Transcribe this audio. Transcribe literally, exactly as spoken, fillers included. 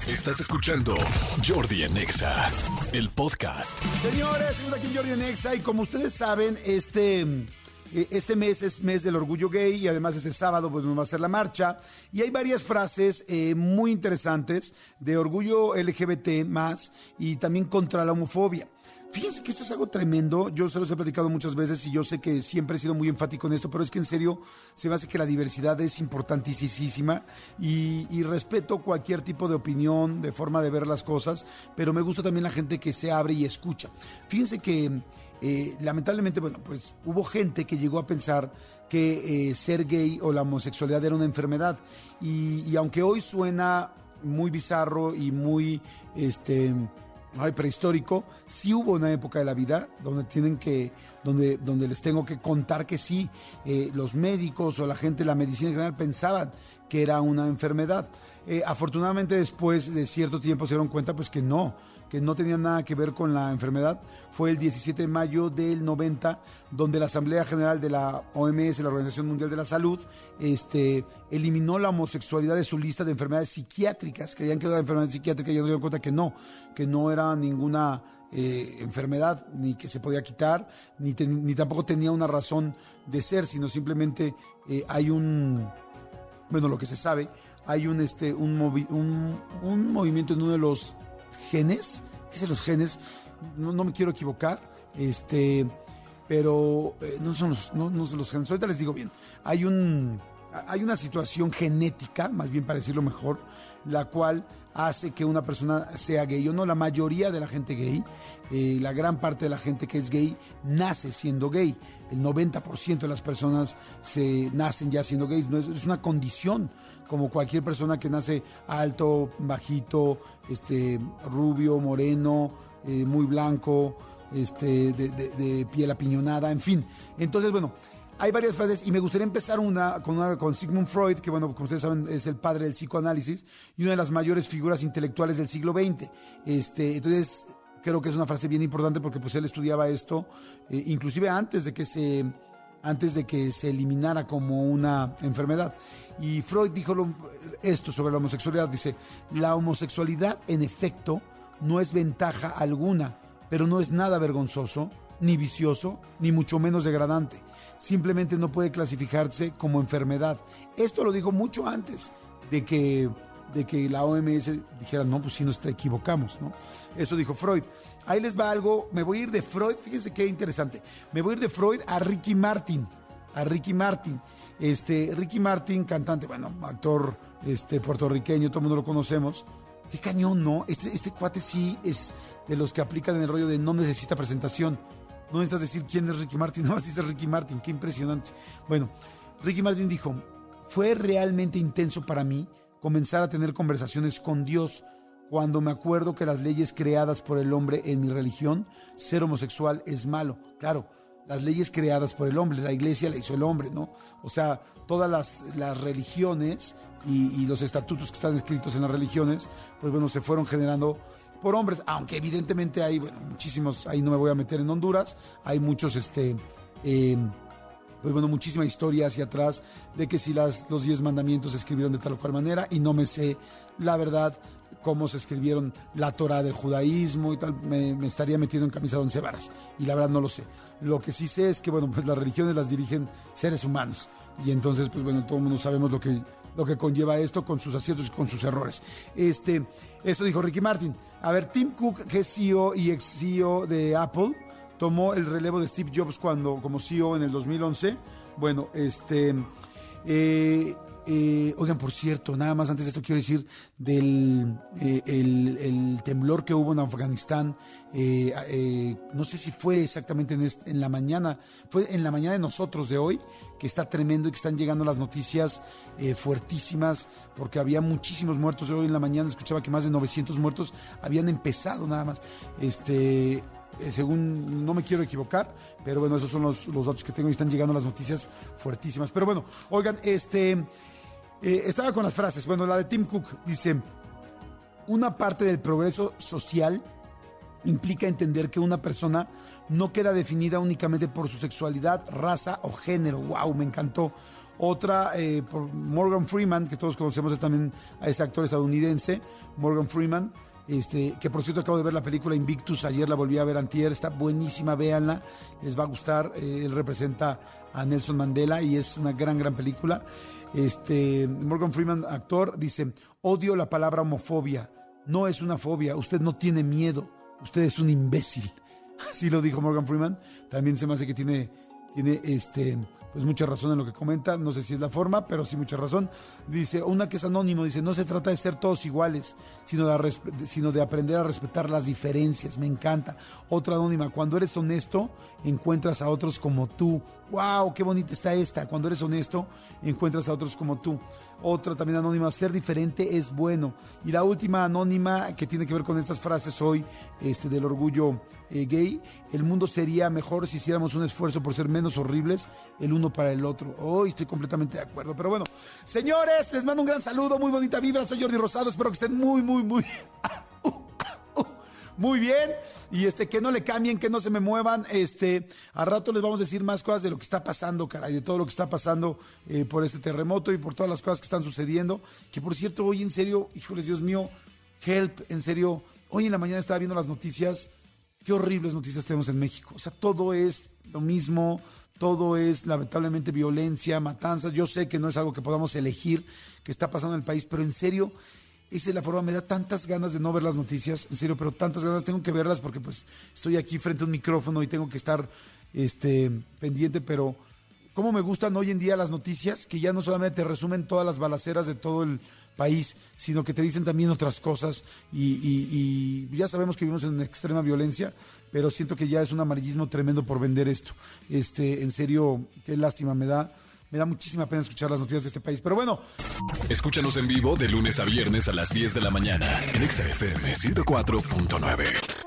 Estás escuchando Jordi en Exa, el podcast. Señores, estamos aquí en Jordi en Exa y como ustedes saben, este, este mes es mes del orgullo gay y además este sábado pues nos va a hacer la marcha. Y hay varias frases eh, muy interesantes de orgullo L G B T más y también contra la homofobia. Fíjense que esto es algo tremendo, yo se los he platicado muchas veces y yo sé que siempre he sido muy enfático en esto, pero es que en serio se me hace que la diversidad es importantísima y, y respeto cualquier tipo de opinión, de forma de ver las cosas, pero me gusta también la gente que se abre y escucha. Fíjense que eh, lamentablemente, bueno, pues hubo gente que llegó a pensar que eh, ser gay o la homosexualidad era una enfermedad y, y aunque hoy suena muy bizarro y muy, este... Ay, prehistórico, sí hubo una época de la vida donde tienen que, donde, donde les tengo que contar que sí, eh, los médicos o la gente de la medicina en general pensaban que era una enfermedad. Eh, afortunadamente después de cierto tiempo se dieron cuenta pues que no, que no tenía nada que ver con la enfermedad. Fue el diecisiete de mayo del noventa, donde la Asamblea General de la O M S, la Organización Mundial de la Salud, este, eliminó la homosexualidad de su lista de enfermedades psiquiátricas. Creían que era enfermedad psiquiátrica y ya se dieron cuenta que no, que no era ninguna eh, enfermedad, ni que se podía quitar, ni, ten, ni tampoco tenía una razón de ser, sino simplemente eh, hay un... Bueno, lo que se sabe, hay un, este, un, movi un, un movimiento en uno de los genes, ¿qué es de los genes? No, no me quiero equivocar, este, pero eh, no, son los, no, no son los genes, ahorita les digo bien. Hay, un, hay una situación genética, más bien para decirlo mejor, la cual hace que una persona sea gay o no. La mayoría de la gente gay, eh, la gran parte de la gente que es gay, nace siendo gay. El noventa por ciento de las personas se nacen ya siendo gays. No es, es una condición, como cualquier persona que nace alto, bajito, este, rubio, moreno, eh, muy blanco, este, de, de, de piel apiñonada, en fin. Entonces, bueno, hay varias frases y me gustaría empezar una con, una con Sigmund Freud, que bueno, como ustedes saben es el padre del psicoanálisis y una de las mayores figuras intelectuales del siglo veinte. Este, entonces creo que es una frase bien importante porque pues él estudiaba esto, eh, inclusive antes de que se antes de que se eliminara como una enfermedad. Y Freud dijo lo, esto sobre la homosexualidad, dice: la homosexualidad en efecto no es ventaja alguna, pero no es nada vergonzoso, ni vicioso, ni mucho menos degradante. Simplemente no puede clasificarse como enfermedad. Esto lo dijo mucho antes de que, de que la O M S dijera, no, pues sí nos equivocamos, ¿no? Eso dijo Freud. Ahí les va algo, me voy a ir de Freud, fíjense qué interesante. Me voy a ir de Freud a Ricky Martin, a Ricky Martin. Este, Ricky Martin, cantante, bueno, actor este, puertorriqueño, todo el mundo lo conocemos. Qué cañón, ¿no? Este, este cuate sí es de los que aplican en el rollo de no necesita presentación. No necesitas decir quién es Ricky Martin, no más dices Ricky Martin, qué impresionante. Bueno, Ricky Martin dijo: fue realmente intenso para mí comenzar a tener conversaciones con Dios cuando me acuerdo que las leyes creadas por el hombre en mi religión, ser homosexual es malo. Claro, las leyes creadas por el hombre, la iglesia la hizo el hombre, ¿no? O sea, todas las, las religiones y, y los estatutos que están escritos en las religiones, pues bueno, se fueron generando por hombres, aunque evidentemente hay, bueno, muchísimos, ahí no me voy a meter en Honduras, hay muchos, este, eh, pues bueno, muchísima historia hacia atrás de que si las, los diez mandamientos se escribieron de tal o cual manera, y no me sé la verdad cómo se escribieron la Torá del judaísmo y tal, me, me estaría metiendo en camisa de once varas, y la verdad no lo sé. Lo que sí sé es que, bueno, pues las religiones las dirigen seres humanos, y entonces, pues bueno, todo el mundo sabemos lo que... lo que conlleva esto con sus aciertos y con sus errores. Este, eso dijo Ricky Martin. A ver, Tim Cook, que es C E O y ex C E O de Apple, tomó el relevo de Steve Jobs cuando, como C E O en el dos mil once. Bueno, este... Eh, eh, oigan, por cierto, nada más antes de esto quiero decir del eh, el, el temblor que hubo en Afganistán. Eh, eh, no sé si fue exactamente en, este, en la mañana, fue en la mañana de nosotros de hoy, que está tremendo y que están llegando las noticias eh, fuertísimas, porque había muchísimos muertos. Hoy en la mañana escuchaba que más de novecientos muertos habían empezado nada más. Este... Eh, según, no me quiero equivocar, pero bueno, esos son los, los datos que tengo y están llegando las noticias fuertísimas. Pero bueno, oigan, este, eh, estaba con las frases. Bueno, la de Tim Cook dice: una parte del progreso social implica entender que una persona no queda definida únicamente por su sexualidad, raza o género. ¡Wow! Me encantó. Otra eh, por Morgan Freeman, que todos conocemos también a este actor estadounidense, Morgan Freeman, este, que por cierto acabo de ver la película Invictus, ayer la volví a ver antier, está buenísima, véanla, les va a gustar. Eh, él representa a Nelson Mandela y es una gran, gran película. Este, Morgan Freeman, actor, dice: odio la palabra homofobia, no es una fobia, usted no tiene miedo, usted es un imbécil. Así lo dijo Morgan Freeman. También se me hace que tiene, tiene este, pues mucha razón en lo que comenta. No sé si es la forma, pero sí mucha razón. Dice, una que es anónimo, dice: no se trata de ser todos iguales, sino de, sino de aprender a respetar las diferencias. Me encanta. Otra anónima: cuando eres honesto, encuentras a otros como tú. ¡Wow! ¡Qué bonita está esta! Cuando eres honesto, encuentras a otros como tú. Otra también anónima: ser diferente es bueno. Y la última anónima, que tiene que ver con estas frases hoy, este, del orgullo eh, gay: el mundo sería mejor si hiciéramos un esfuerzo por ser menos horribles el uno para el otro. Hoy oh, estoy completamente de acuerdo. Pero bueno, señores, les mando un gran saludo, muy bonita vibra. Soy Jordi Rosado, espero que estén muy, muy, muy... Muy bien, y este, que no le cambien, que no se me muevan. Este, a rato les vamos a decir más cosas de lo que está pasando, caray, de todo lo que está pasando eh, por este terremoto y por todas las cosas que están sucediendo. Que por cierto, hoy en serio, híjoles, Dios mío, help, en serio, hoy en la mañana estaba viendo las noticias. Qué horribles noticias tenemos en México. O sea, todo es lo mismo, todo es lamentablemente violencia, matanzas. Yo sé que no es algo que podamos elegir que está pasando en el país, pero en serio, esa es la forma. Me da tantas ganas de no ver las noticias, en serio, pero tantas ganas, tengo que verlas porque pues estoy aquí frente a un micrófono y tengo que estar este, pendiente, pero cómo me gustan hoy en día las noticias, que ya no solamente te resumen todas las balaceras de todo el país, sino que te dicen también otras cosas y, y, y ya sabemos que vivimos en extrema violencia, pero siento que ya es un amarillismo tremendo por vender esto. Este, en serio, qué lástima me da. Me da muchísima pena escuchar las noticias de este país, pero bueno. Escúchanos en vivo de lunes a viernes a las diez de la mañana en Exa F M ciento cuatro punto nueve.